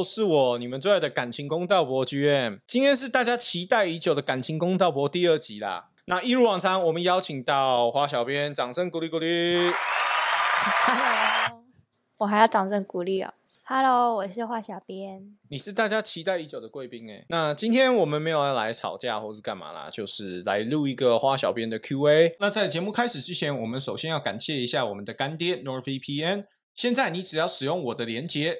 是我，你们最爱的感情公道伯 GM。今天是大家期待已久的感情公道伯第2集啦。那一如往常，我们邀请到花小编，掌声鼓励鼓励。 Hello， 我还要掌声鼓励哦。Hello， 我是花小编。 你是大家期待已久的贵宾哎。那今天我们没有要来吵架或是干嘛啦，就是来录一个花小编的 QA。那在节目开始之前，我们首先要感谢一下我们的干爹 NordVPN。现在你只要使用我的连结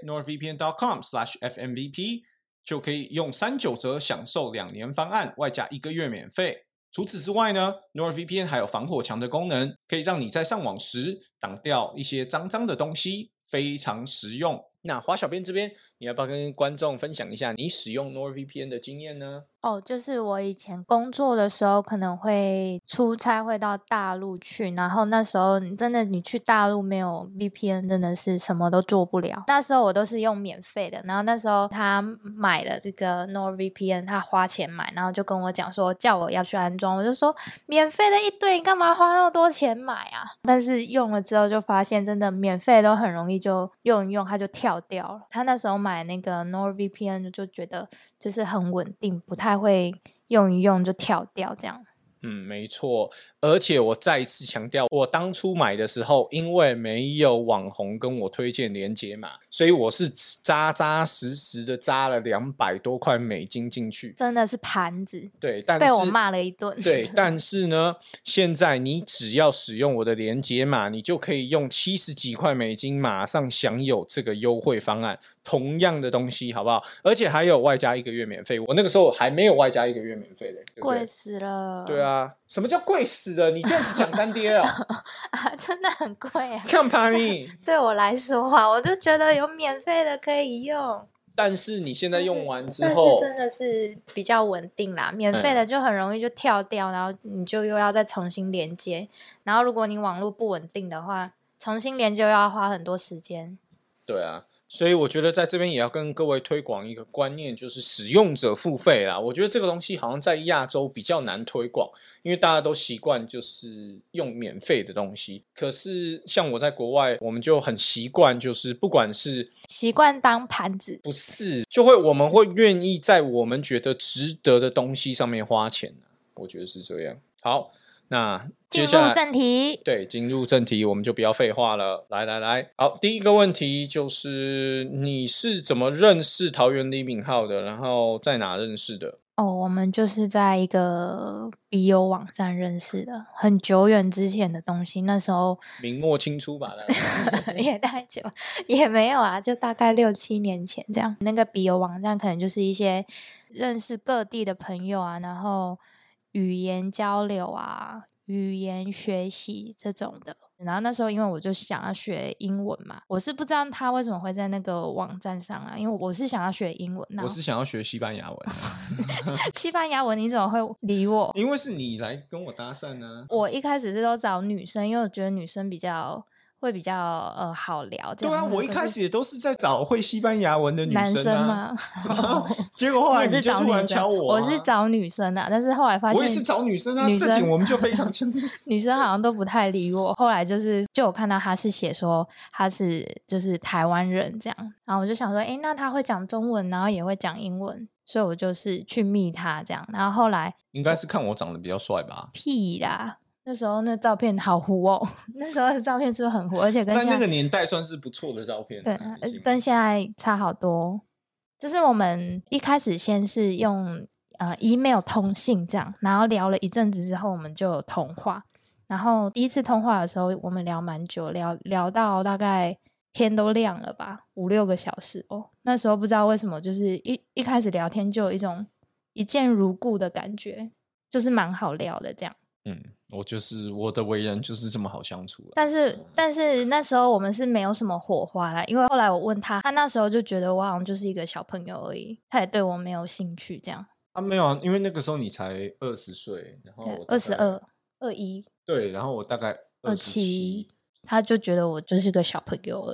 nordvpn.com/fmvp 就可以用39折享受2年方案，外加1个月免费。除此之外呢 NordVPN 还有防火墙的功能，可以让你在上网时挡掉一些脏脏的东西，非常实用。那花小编这边，你要不要跟观众分享一下你使用 NordVPN 的经验呢？ 就是我以前工作的时候，可能会出差会到大陆去，然后那时候真的你去大陆没有 VPN 真的是什么都做不了。那时候我都是用免费的，然后那时候他买了这个 NordVPN， 他花钱买，然后就跟我讲说叫我要去安装，我就说免费的一堆，你干嘛花那么多钱买啊？但是用了之后就发现真的免费都很容易就用一用它就跳掉了。他那时候买那个 NordVPN 就觉得就是很稳定，不太会用一用就跳掉这样。 没错，而且我再一次强调，我当初买的时候，因为没有网红跟我推荐连结码，所以我是扎扎实实的扎了200多块美金进去， 真的是盘子。 对，但是被我骂了一顿。 对，但是呢，现在你只要使用我的连结码，你就可以用70几块美金马上享有这个优惠方案，同样的东西，好不好？而且还有外加1个月免费，我那个时候还没有外加1个月免费的， 贵死了。 对啊，什么叫贵死了？你这样子讲干爹啊？ 真的很贵啊。 看吧你， 对我来说啊，我就觉得有免费的可以用。 但是你现在用完之后， 真的是比较稳定啦。免费的就很容易就跳掉，然后你就又要再重新连接。然后如果你网络不稳定的话，重新连接又要花很多时间。 对啊。所以我觉得在这边也要跟各位推广一个观念，就是使用者付费啦。我觉得这个东西好像在亚洲比较难推广，因为大家都习惯就是用免费的东西。可是像我在国外，我们就很习惯，就是不管是习惯当盘子， 不是，我们会愿意在我们觉得值得的东西上面花钱。我觉得是这样。好。那接下来进入正题， 对，进入正题，我们就不要废话了。来，好，第一个问题就是你是怎么认识桃园李敏镐的？然后在哪认识的？ 我们就是在一个笔友网站认识的，很久远之前的东西。那时候明末清初吧， 也太久，也没有啊，就大概6、7年前这样。那个笔友网站可能就是一些认识各地的朋友啊，然后语言交流啊，语言学习这种的。然后那时候因为我就想要学英文嘛，我是不知道他为什么会在那个网站上啊，因为我是想要学英文， 我是想要学西班牙文。 西班牙文你怎么会理我？ 因为是你来跟我搭讪呢。 我一开始是都找女生，因为我觉得女生会比较好聊。 对啊，我一开始也都是在找会西班牙文的女生男生吗？ 结果后来你就突然敲我。 我是找女生啊，但是后来发现我也是找女生啊，这点我们就非常清楚。 女生好像都不太理我。后来就有看到他是写说他是就是台湾人这样，然后我就想说，那他会讲中文，然后也会讲英文，所以我就是去密他这样。然后后来应该是看我长得比较帅吧？ 屁啦！那时候那照片好糊哦，那时候的照片是不是很糊？而且在那个年代算是不错的照片。 对，跟现在差好多。就是我们一开始先是用email 通信这样，然后聊了一阵子之后，我们就有通话。然后第一次通话的时候，我们聊蛮久，聊到大概天都亮了吧，5、6个小时哦。那时候不知道为什么，就是一开始聊天就有一种一见如故的感觉，就是蛮好聊的这样。 我的为人就是这么好相处。 但是那时候我们是没有什么火花啦，因为后来我问他那时候就觉得我好像就是一个小朋友而已，他也对我没有兴趣这样。 没有啊，因为那个时候你才20岁，然后我 22、21， 对，然后我大概27， 他就觉得我就是个小朋友而已。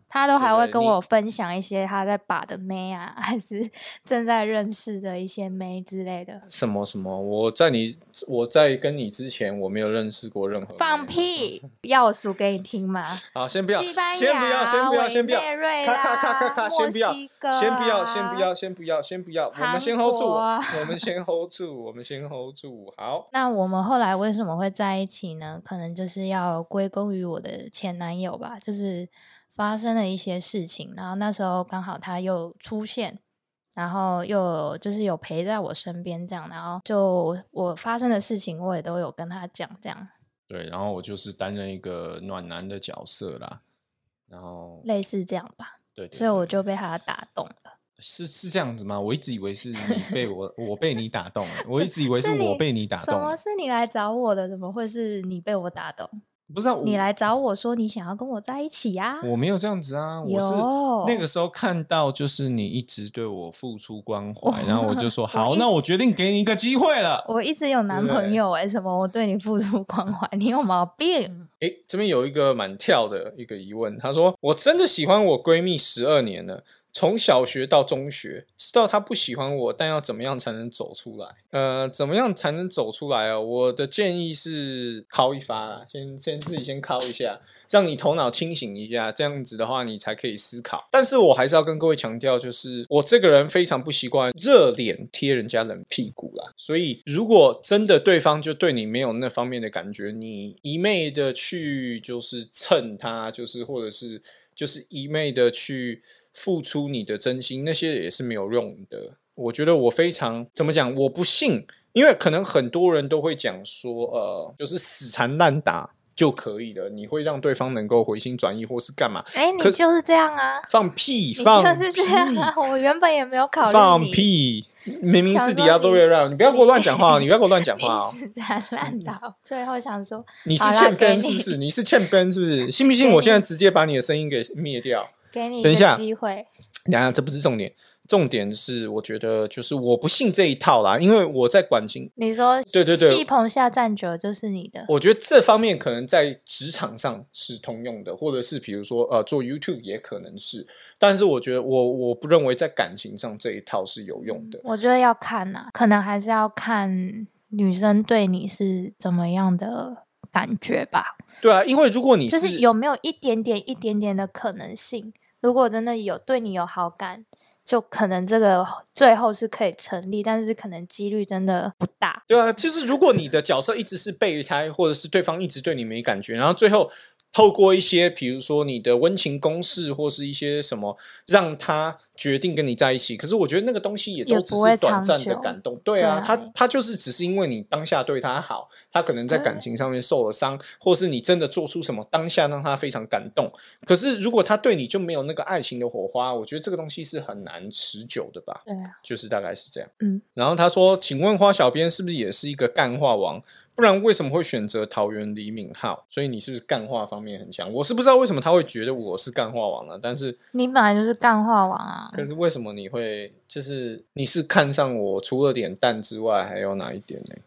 他都还会跟对对我分享一些他在把的妹啊，还是正在认识的一些妹之类的。 什么什么？我在跟你之前，我没有认识过任何。 放屁！要我数给你听吗？ 好，先不要， 西班牙、 先不要，先不要， 委内瑞咔， 拉、墨先不要， 西哥先不要， 啊先不要，我们韩先 hold 住， 国啊我们先 hold 住，我们先 hold 住。好， 那我们后来为什么会在一起呢？可能就是要归功于我的前男友吧，就是发生了一些事情，然后那时候刚好他又出现，然后又就是有陪在我身边这样，然后就我发生的事情我也都有跟他讲这样。 对，然后我就是担任一个暖男的角色啦，然后类似这样吧， 对， 所以我就被他打动了。 是这样子吗？我一直以为是你被我被你打动了，我一直以为是你我被你打动什么了。 是你来找我的？怎么会是你被我打动？ 不是啊， 你来找我说你想要跟我在一起呀、 我没有这样子啊，我是那个时候看到就是你一直对我付出关怀，然后我就说好，那我决定给你一个机会了。 我一直有男朋友什么我对你付出关怀，你有毛病？ 诶，这边有一个蛮跳的一个疑问，他说我真的喜欢我闺蜜12年了。从小学到中学，知道她不喜欢我，但要怎么样才能走出来？怎么样才能走出来哦？我的建议是敲一发啦，先自己先敲一下，让你头脑清醒一下，这样子的话你才可以思考。但是我还是要跟各位强调，就是我这个人非常不习惯热脸贴人家冷屁股啦，所以如果真的对方就对你没有那方面的感觉，你一昧的去就是蹭他，就是或者是就是一昧的去付出你的真心，那些也是没有用的。我觉得我非常怎么讲，我不信，因为可能很多人都会讲说，就是死缠烂打就可以了，你会让对方能够回心转意或是干嘛？ 你就是这样啊！ 放屁！ 你就是这样啊！我原本也没有考虑你。 放屁！明明是底下都会让你不要给我乱讲话，你不要给我乱讲话哦！ 你死缠烂打，最后想说你是欠 ban 是不是？你是欠 ban 是不是？信不信我现在直接把你的声音给灭掉？ 给你等一下机会。 等一下，这不是重点，重点是我觉得就是我不信这一套啦，因为我在感情， 你说对戏棚下站久了就是你的， 我觉得这方面可能在职场上是通用的，或者是比如说做 YouTube 也可能是，但是我觉得我不认为在感情上这一套是有用的。 我觉得要看啊，可能还是要看女生对你是怎么样的感觉吧。 对啊，因为如果你就是有没有一点点的可能性，如果真的有对你有好感，就可能这个最后是可以成立，但是可能几率真的不大。 对啊，就是如果你的角色一直是备胎，或者是对方一直对你没感觉，然后最后透过一些比如说你的温情攻势或是一些什么让他决定跟你在一起，可是我觉得那个东西也都只是短暂的感动。对啊，他就是只是因为你当下对他好，他可能在感情上面受了伤，或是你真的做出什么当下让他非常感动，可是如果他对你就没有那个爱情的火花，我觉得这个东西是很难持久的吧。 对啊， 就是大概是这样。 然后他说请问花小编是不是也是一个干话王，不然为什么会选择桃园李敏镐？所以你是不是干话方面很强？我是不知道为什么他会觉得我是干话王了，但是你本来就是干话王啊。 可是为什么你会就是你是看上我除了点蛋之外还有哪一点呢？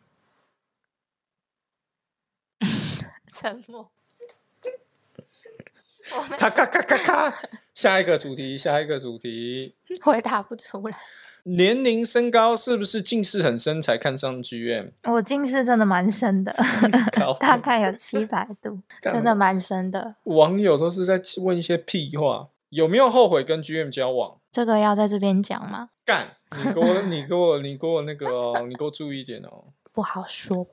沉默。 咔咔咔咔咔，下一个主题， 回答不出来。 年龄身高是不是近视很深才看上 GM？ 我近视真的蛮深的，大概有700度，真的蛮深的。 网友都是在问一些屁话，有没有后悔跟 GM 交往？ 这个要在这边讲吗？ 干，你给我那个哦，你给我注意一点哦。 不好说。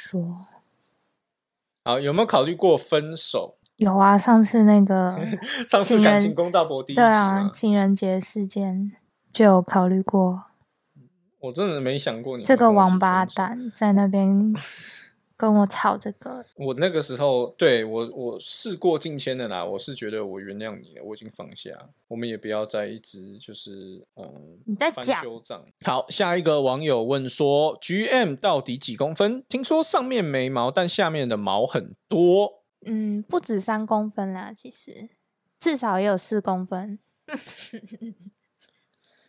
好，有没有考虑过分手？ 有啊，上次那个上次感情公道博第一集对啊，情人节事件就有考虑过。 我真的没想过你这个王八蛋在那边跟我吵这个。 我那个时候对我事过境迁的啦，我是觉得我原谅你了，我已经放下，我们也不要再一直就是你在讲。 好，下一个网友问说 GM 到底几公分？听说上面没毛，但下面的毛很多。 不止3公分啦，其实至少也有4公分。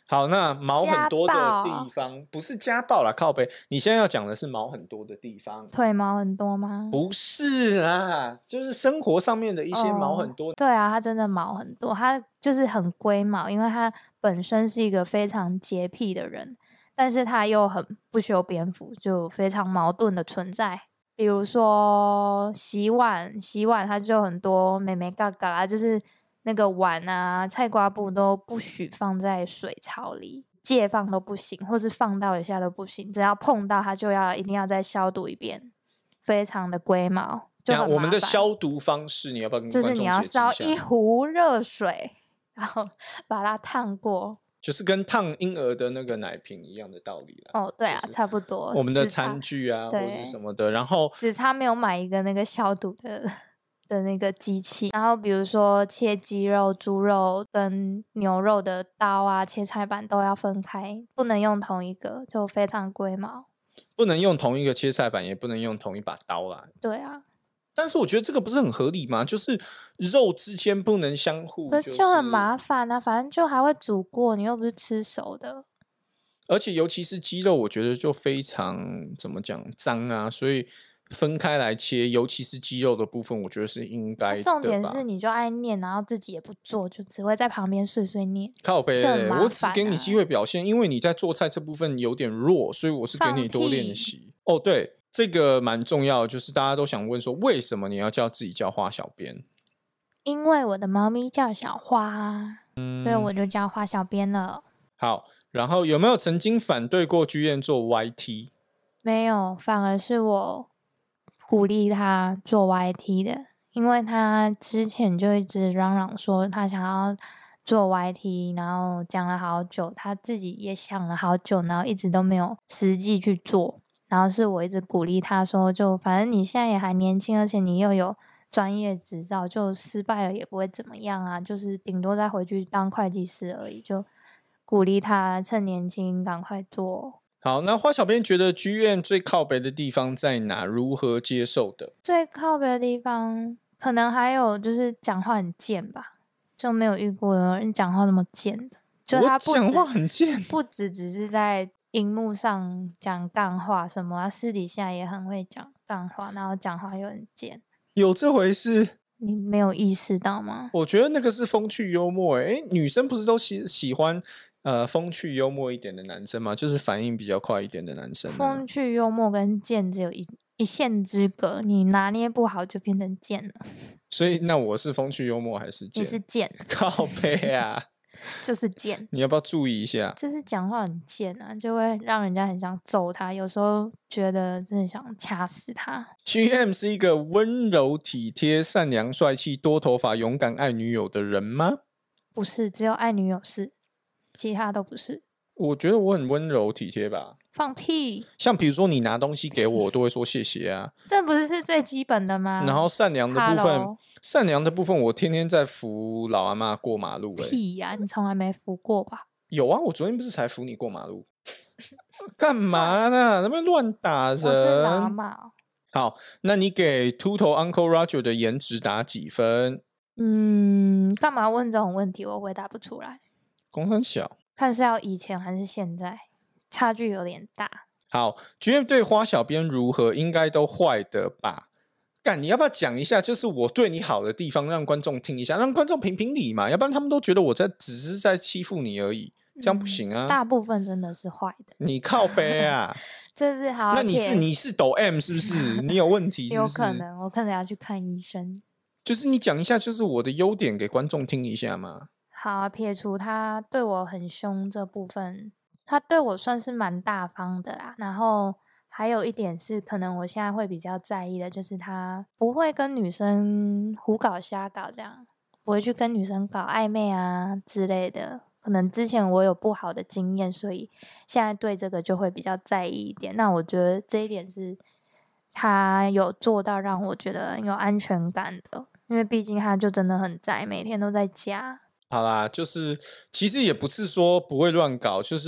好，那毛很多的家暴地方不是家暴啦，靠北。你现在要讲的是毛很多的地方， 腿毛很多吗？ 不是啦，就是生活上面的一些毛很多。 对啊，它真的毛很多，它就是很龟毛，因为它本身是一个非常洁癖的人，但是他又很不修边幅，就非常矛盾的存在。比如说洗碗，它就很多美眉嘎嘎啊，就是那个碗啊、菜瓜布都不许放在水槽里，借放都不行，或是放到一下都不行，只要碰到它就一定要再消毒一遍，非常的龟毛。就很麻烦。 我们的消毒方式，你要不要跟观众就是你要解释烧下一壶热水，然后把它烫过。 就是跟烫婴儿的那个奶瓶一样的道理啦。 哦，对啊，差不多。 我们的餐具啊，或者什么的，然后只差没有买一个那个消毒的那个机器。然后比如说切鸡肉、猪肉跟牛肉的刀啊、切菜板都要分开，不能用同一个，就非常龟毛。 不能用同一个切菜板，也不能用同一把刀啦。 对啊。 但是我觉得这个不是很合理吗？就是肉之间不能相互、 就很麻烦啊，反正就还会煮过，你又不是吃熟的。 而且尤其是鸡肉，我觉得就非常怎么讲脏啊，所以分开来切，尤其是鸡肉的部分，我觉得是应该的吧。 重点是你就爱念，然后自己也不做，就只会在旁边碎碎念。 靠北、我只给你机会表现， 啊， 因为你在做菜这部分有点弱，所以我是给你多练习。哦，对。这个蛮重要的，就是大家都想问说，为什么你要自己叫花小编？ 因为我的猫咪叫小花，所以我就叫花小编了。 好，然后有没有曾经反对过剧院做 YT？ 没有，反而是我鼓励他做 YT 的，因为他之前就一直嚷嚷说他想要做 YT， 然后讲了好久，他自己也想了好久，然后一直都没有实际去做。然后是我一直鼓励他说，就反正你现在也还年轻，而且你又有专业执照，就失败了也不会怎么样啊，就是顶多再回去当会计师而已，就鼓励他趁年轻赶快做。 好，那花小编觉得剧院最靠北的地方在哪？如何接受的？ 最靠北的地方可能还有就是讲话很贱吧，就没有遇过有人讲话那么贱的，就他讲话很贱， 不只是在荧幕上讲干话什么，私底下也很会讲干话，然后讲话又很贱。 有这回事？ 你没有意识到吗？ 我觉得那个是风趣幽默。女生不是都喜欢风趣幽默一点的男生吗？就是反应比较快一点的男生。 风趣幽默跟贱只有一线之隔，你拿捏不好就变成贱了。 所以那我是风趣幽默还是贱？ 你是贱， 靠背啊。 就是贱， 你要不要注意一下？ 就是讲话很贱啊，就会让人家很想揍他，有时候觉得真的想掐死他。 GM 是一个温柔体贴、善良、帅气、多头发、勇敢、爱女友的人吗？ 不是，只有爱女友是，其他都不是。 我觉得我很温柔体贴吧。 放屁！ 像比如说你拿东西给我，我都会说谢谢啊。 这不是最基本的吗？ 然后善良的部分，善良的部分，我天天在扶老阿嬷过马路。 屁呀！你从来没扶过吧？ 有啊，我昨天不是才扶你过马路？干嘛呢？那边乱打人！ 我是老阿嬷。 好，那你给秃头 Uncle Roger 的颜值打几分？ 干嘛问这种问题？我回答不出来。 公三小， 看是要以前还是现在，差距有点大。 好，GM 对花小编如何？应该都坏的吧？干，你要不要讲一下？就是我对你好的地方，让观众听一下，让观众评评理嘛。要不然他们都觉得我只是在欺负你而已，这样不行啊。 大部分真的是坏的。 你靠背啊！ 这是好。 那你是抖 M 是不是？你有问题是不是？ 有可能，我可能要去看医生。 就是你讲一下，就是我的优点给观众听一下嘛。 好，撇除他对我很凶这部分，他对我算是蛮大方的啦。然后还有一点是，可能我现在会比较在意的，就是他不会跟女生胡搞瞎搞，这样不会去跟女生搞暧昧啊之类的。可能之前我有不好的经验，所以现在对这个就会比较在意一点。那我觉得这一点是他有做到让我觉得有安全感的，因为毕竟他就真的很宅，每天都在家。 好啦，就是其实也不是说不会乱搞，就是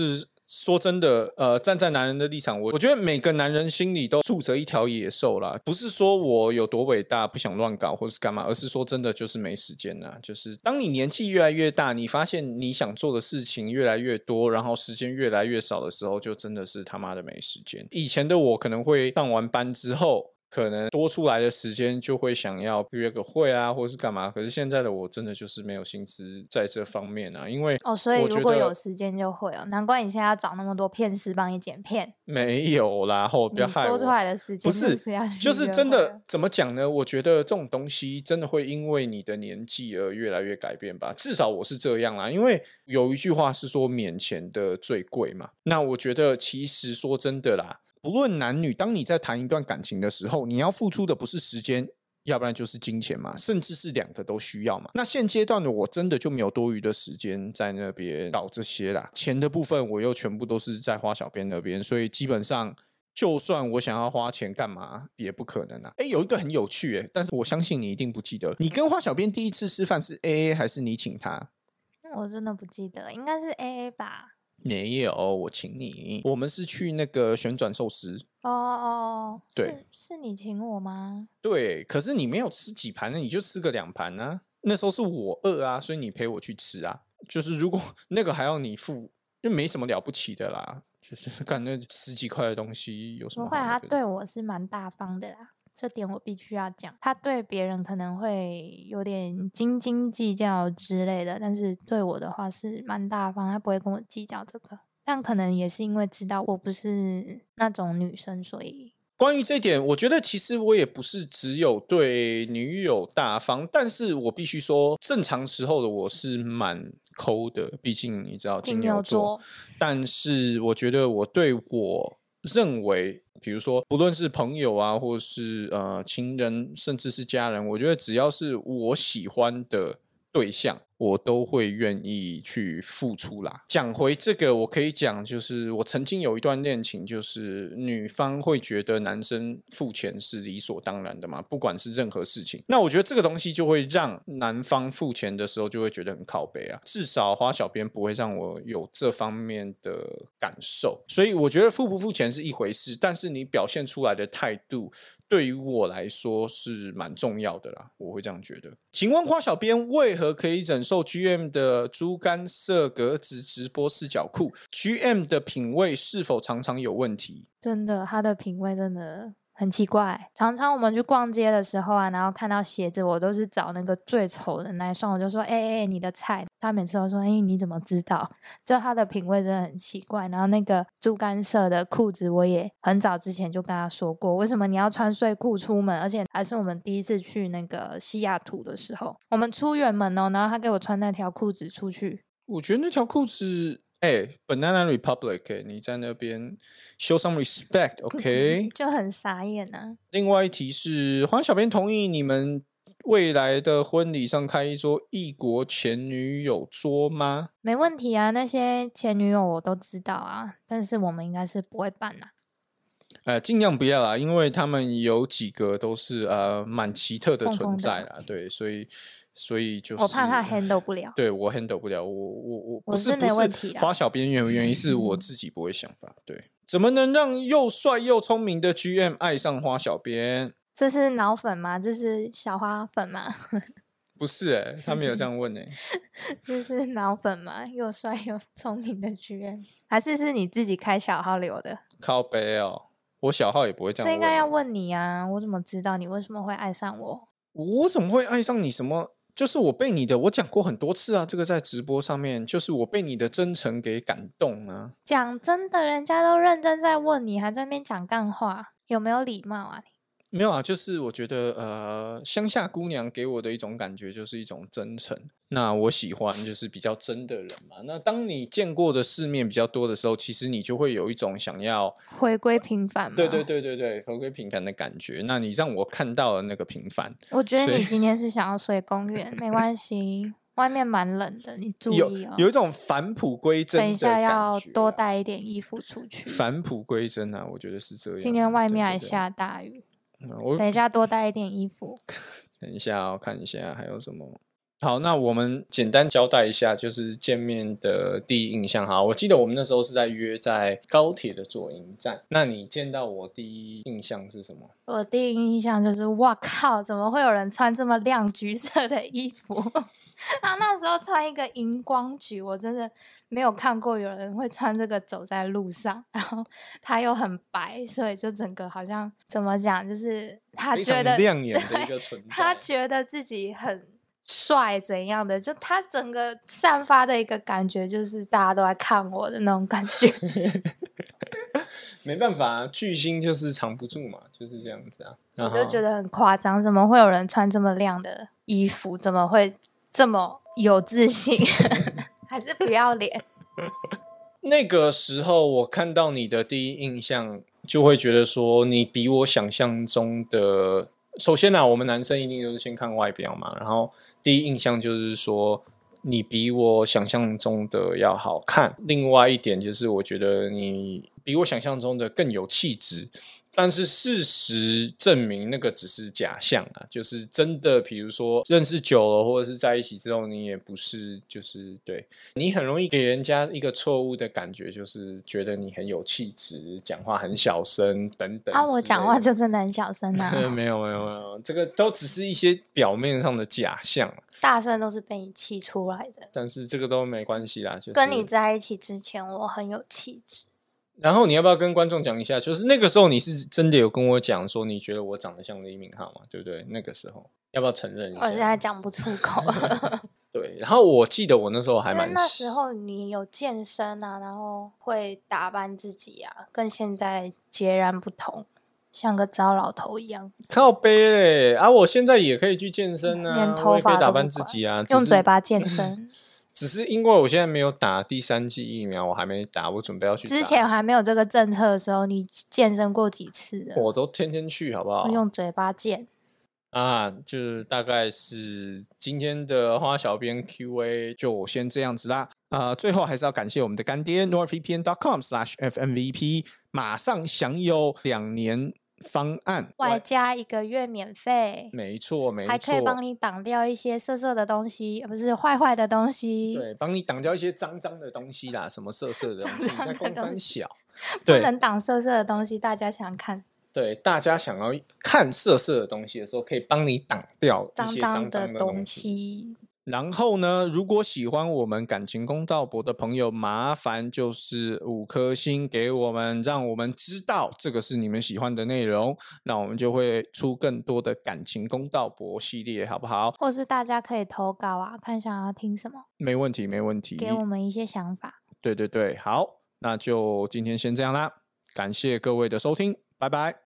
说真的，站在男人的立场，我觉得每个男人心里都住着一条野兽啦。不是说我有多伟大，不想乱搞或是干嘛，而是说真的就是没时间啦。就是当你年纪越来越大，你发现你想做的事情越来越多，然后时间越来越少的时候，就真的是他妈的没时间。以前的我可能会上完班之后，可能多出来的时间就会想要约个会啊，或是干嘛。可是现在的我真的就是没有心思在这方面啊，因为所以如果有时间就会难怪你现在要找那么多片师帮你剪片。 没有啦，不要害我。 多出来的时间就是要去就是真的怎么讲呢？我觉得这种东西真的会因为你的年纪而越来越改变吧。至少我是这样啦，因为有一句话是说免钱的最贵嘛。那我觉得其实说真的啦。不论男女，当你在谈一段感情的时候，你要付出的不是时间，要不然就是金钱嘛，甚至是两个都需要嘛。那现阶段的我真的就没有多余的时间在那边搞这些啦。钱的部分我又全部都是在花小编那边，所以基本上就算我想要花钱干嘛也不可能啊。有一个很有趣但是我相信你一定不记得，你跟花小编第一次吃饭是 AA 还是你请他？ 我真的不记得，应该是 AA 吧。 没有，我请你。我们是去那个旋转寿司。 对，是你请我吗？ 对，可是你没有吃几盘呢，你就吃个2盘啊。那时候是我饿啊，所以你陪我去吃啊。就是如果那个还要你付，就没什么了不起的啦。就是干那10几块的东西有什么好？ 不会，他对我是蛮大方的啦。这点我必须要讲，他对别人可能会有点斤斤计较之类的，但是对我的话是蛮大方，他不会跟我计较这个。但可能也是因为知道我不是那种女生，所以关于这一点，我觉得其实我也不是只有对女友大方，但是我必须说，正常时候的我是蛮抠的，毕竟你知道金牛座。但是我觉得我对我认为，比如说不论是朋友啊，或是情人，甚至是家人，我觉得只要是我喜欢的对象，我都会愿意去付出啦。讲回这个，我可以讲，就是我曾经有一段恋情，就是女方会觉得男生付钱是理所当然的嘛，不管是任何事情。那我觉得这个东西就会让男方付钱的时候就会觉得很靠北啊，至少花小编不会让我有这方面的感受。所以我觉得付不付钱是一回事，但是你表现出来的态度对于我来说是蛮重要的啦，我会这样觉得。请问花小编为何可以忍受 GM 的猪肝色格子直播四角裤？ GM 的品味是否常常有问题？ 真的，他的品味真的很奇怪。常常我们去逛街的时候啊，然后看到鞋子，我都是找那个最丑的那一双，我就说你的菜。他每次都说你怎么知道？就他的品味真的很奇怪。然后那个猪肝色的裤子，我也很早之前就跟他说过，为什么你要穿睡裤出门？而且还是我们第一次去那个西雅图的时候，我们出远门然后他给我穿那条裤子出去。 我觉得那条裤子Banana Republic，你在那边 show some respect，OK？ 就很傻眼啊。 另外一题是，黄小编同意你们未来的婚礼上开一桌异国前女友桌吗？ 没问题啊，那些前女友我都知道啊，但是我们应该是不会办啦。 尽量不要啦，因为他们有几个都是蛮奇特的存在啦，对，所以就是我怕他 handle 不了。 对，我 handle 不了，我不是没问题啦。 花小编愿不愿意是我自己不会想法。对，怎么能让又帅又聪明的 GM 爱上花小编？ 这是脑粉吗？这是小花粉吗？ 不是他没有这样问这是脑粉吗？又帅又聪明的 GM， 还是你自己开小号留的？ 靠北哦，我小号也不会这样问。 这应该要问你啊，我怎么知道你为什么会爱上我？ 我怎么会爱上你？什么？就是我被你的，我讲过很多次啊，这个在直播上面，就是我被你的真诚给感动啊。 讲真的，人家都认真在问你，还在那边讲干话，有没有礼貌啊你？ 没有啊，就是我觉得乡下姑娘给我的一种感觉就是一种真诚。那我喜欢就是比较真的人嘛。那当你见过的世面比较多的时候，其实你就会有一种想要回归平凡嘛。 对，回归平凡的感觉。那你让我看到了那个平凡。 我觉得你今天是想要睡公园，没关系，外面蛮冷的，你注意哦。 有一种返璞归真的感觉。 等一下要多带一点衣服出去。 返璞归真啊，我觉得是这样。 今天外面还下大雨。等一下多带一点衣服。 等一下看一下还有什么。 好，那我们简单交代一下，就是见面的第一印象哈。我记得我们那时候是约在高铁的左营站。那你见到我第一印象是什么？ 我第一印象就是，哇靠，怎么会有人穿这么亮橘色的衣服？他那时候穿一个荧光橘，我真的没有看过有人会穿这个走在路上。然后他又很白，所以就整个好像怎么讲，就是他非常觉得亮眼的一个存在。 他觉得自己很帅怎样的，就他整个散发的一个感觉，就是大家都在看我的那种感觉。 没办法，巨星就是藏不住嘛，就是这样子啊。 我就觉得很夸张，怎么会有人穿这么亮的衣服？怎么会这么有自信？还是不要脸？ 那个时候我看到你的第一印象，就会觉得说你比我想象中的。首先我们男生一定就是先看外表嘛，然后第一印象就是说你比我想象中的要好看。另外一点就是我觉得你比我想象中的更有气质。但是事实证明那个只是假象啊，就是真的比如说认识久了或者是在一起之后，你也不是就是对你很容易给人家一个错误的感觉，就是觉得你很有气质，讲话很小声等等啊。 我讲话就真的很小声啊。 没有，这个都只是一些表面上的假象， 大声都是被你气出来的。 但是这个都没关系啦，就是跟你在一起之前我很有气质。 然后你要不要跟观众讲一下，就是那个时候你是真的有跟我讲说你觉得我长得像李敏镐嘛，对不对？那个时候要不要承认一下？ 我现在讲不出口。 对，然后我记得我那时候还蛮…… 那时候你有健身啊，然后会打扮自己啊，跟现在截然不同，像个糟老头一样。 靠背嘞啊！我现在也可以去健身啊， 连头我也可以打发都不管扮自己啊， 用嘴巴健身。 只是因为我现在没有打第3剂疫苗，我还没打，我准备要去打。 之前还没有这个政策的时候，你健身过几次了？ 我都天天去，好不好？ 用嘴巴健啊，就是大概是今天的花小编 Q&A 就先这样子啦。最后还是要感谢我们的干爹 nordvpn.com/fmvp， 马上享有2年方案， 外加1个月免费。 没错， 还可以帮你挡掉一些色色的东西，不是坏的东西。 对，帮你挡掉一些脏的东西啦，什么色的东西，在公三小， 不能挡色的东西，大家想看。 对，大家想要看色的东西的时候，可以帮你挡掉一些脏的东西。然后呢，如果喜欢我们感情公道博的朋友，麻烦就是5颗星给我们，让我们知道这个是你们喜欢的内容，那我们就会出更多的感情公道博系列，好不好？ 或是大家可以投稿啊，看想要听什么。 没问题， 给我们一些想法。 对，好，那就今天先这样啦，感谢各位的收听，拜拜。